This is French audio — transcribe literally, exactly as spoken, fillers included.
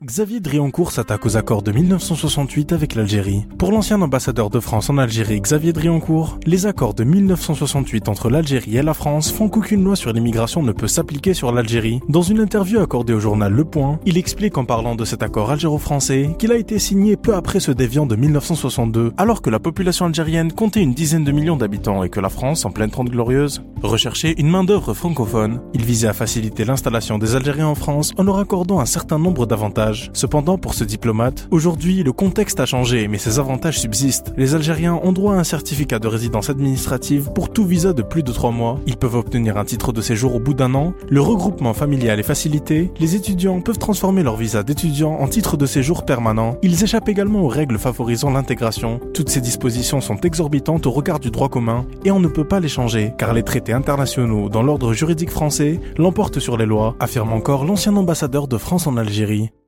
Xavier Driancourt s'attaque aux accords de mille neuf cent soixante-huit avec l'Algérie. Pour l'ancien ambassadeur de France en Algérie, Xavier Driancourt, les accords de mille neuf cent soixante-huit entre l'Algérie et la France font qu'aucune loi sur l'immigration ne peut s'appliquer sur l'Algérie. Dans une interview accordée au journal Le Point, il explique en parlant de cet accord algéro-français qu'il a été signé peu après ce déviant de mille neuf cent soixante-deux, alors que la population algérienne comptait une dizaine de millions d'habitants et que la France, en pleine Trente Glorieuses, recherchait une main-d'œuvre francophone. Il visait à faciliter l'installation des Algériens en France en leur accordant un certain nombre d'avantages. Cependant, pour ce diplomate, aujourd'hui, le contexte a changé, mais ces avantages subsistent. Les Algériens ont droit à un certificat de résidence administrative pour tout visa de plus de trois mois. Ils peuvent obtenir un titre de séjour au bout d'un an. Le regroupement familial est facilité. Les étudiants peuvent transformer leur visa d'étudiant en titre de séjour permanent. Ils échappent également aux règles favorisant l'intégration. Toutes ces dispositions sont exorbitantes au regard du droit commun et on ne peut pas les changer, car les traités internationaux dans l'ordre juridique français l'emportent sur les lois, affirme encore l'ancien ambassadeur de France en Algérie.